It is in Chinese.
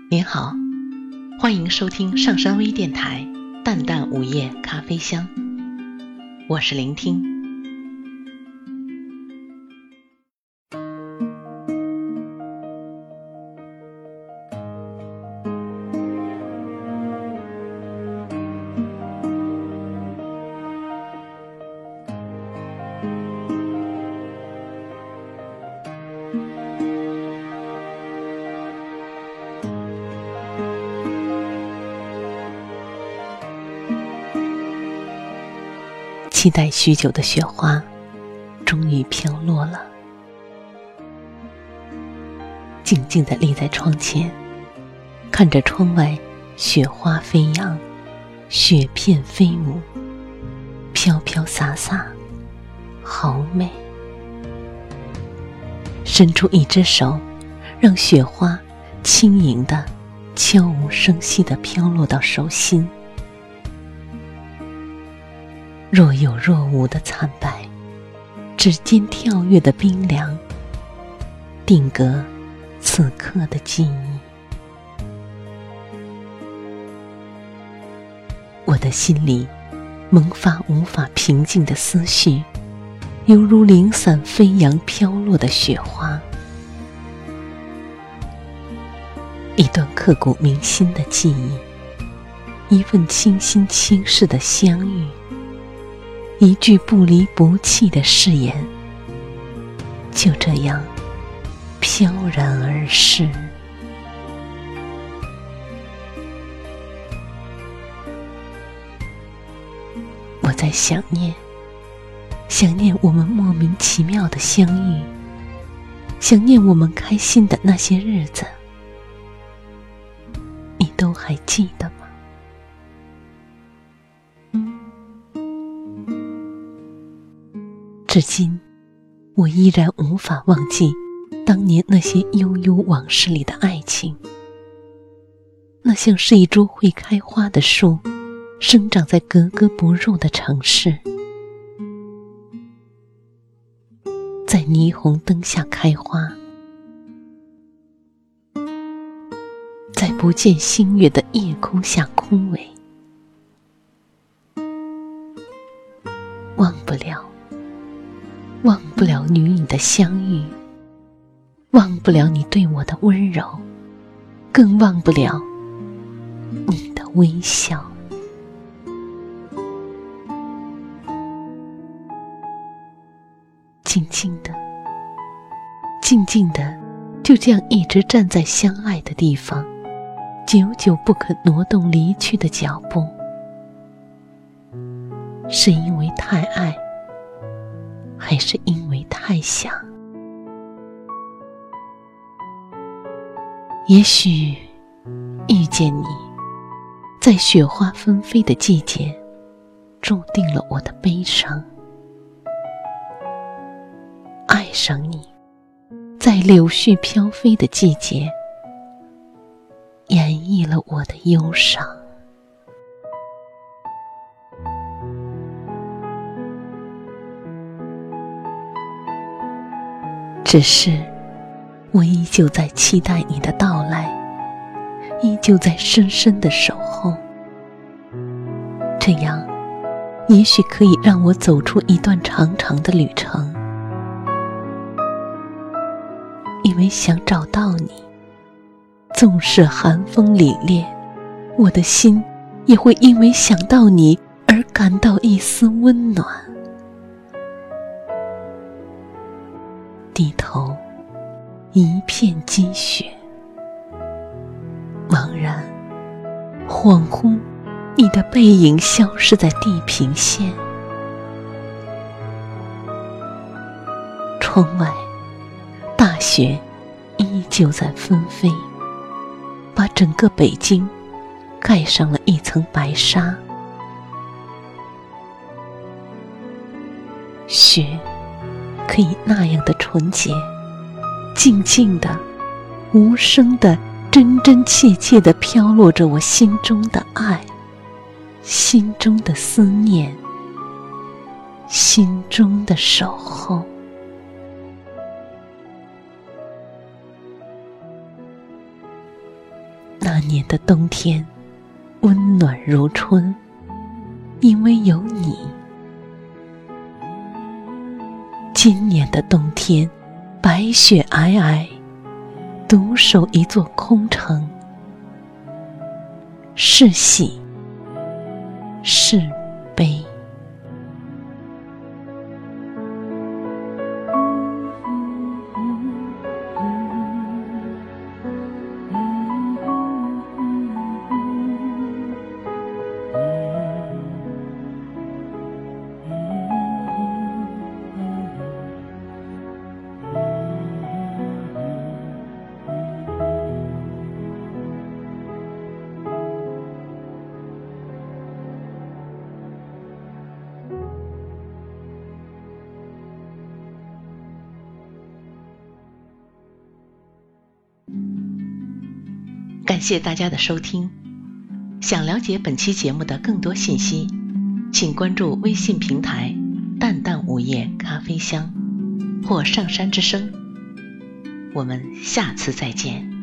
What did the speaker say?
您好，欢迎收听上山微电台淡淡午夜咖啡香，我是聆听。期待许久的雪花终于飘落了，静静地立在窗前，看着窗外雪花飞扬，雪片飞舞，飘飘洒洒，好美。伸出一只手，让雪花轻盈地悄无声息地飘落到手心，若有若无的惨白，指尖跳跃的冰凉，定格此刻的记忆。我的心里萌发无法平静的思绪，犹如零散飞扬飘落的雪花。一段刻骨铭心的记忆，一份倾心倾世的相遇，一句不离不弃的誓言，就这样飘然而逝。我在想念我们莫名其妙的相遇，想念我们开心的那些日子，你都还记得吗？至今我依然无法忘记当年那些悠悠往事里的爱情，那像是一株会开花的树，生长在格格不入的城市，在霓虹灯下开花，在不见星月的夜空下枯萎。忘不了与你的相遇，忘不了你对我的温柔，更忘不了你的微笑。静静的就这样一直站在相爱的地方，久久不肯挪动离去的脚步，是因为太爱，还是因为太想？也许遇见你，在雪花纷飞的季节，注定了我的悲伤。爱上你，在柳絮飘飞的季节，演绎了我的忧伤。只是我依旧在期待你的到来，依旧在深深的守候，这样也许可以让我走出一段长长的旅程。因为想找到你，纵使寒风凛冽，我的心也会因为想到你而感到一丝温暖。低头，一片积雪，茫然，恍惚，你的背影消失在地平线。窗外，大雪依旧在纷飞，把整个北京盖上了一层白纱。雪可以那样的纯洁，静静的，无声的，真真切切地飘落着我心中的爱，心中的思念，心中的守候。 年的冬天温暖如春，因为有你。今年的冬天白雪皑皑，独守一座空城，是喜是悲。感谢大家的收听。想了解本期节目的更多信息，请关注微信平台淡淡午夜咖啡香或上山之声。我们下次再见。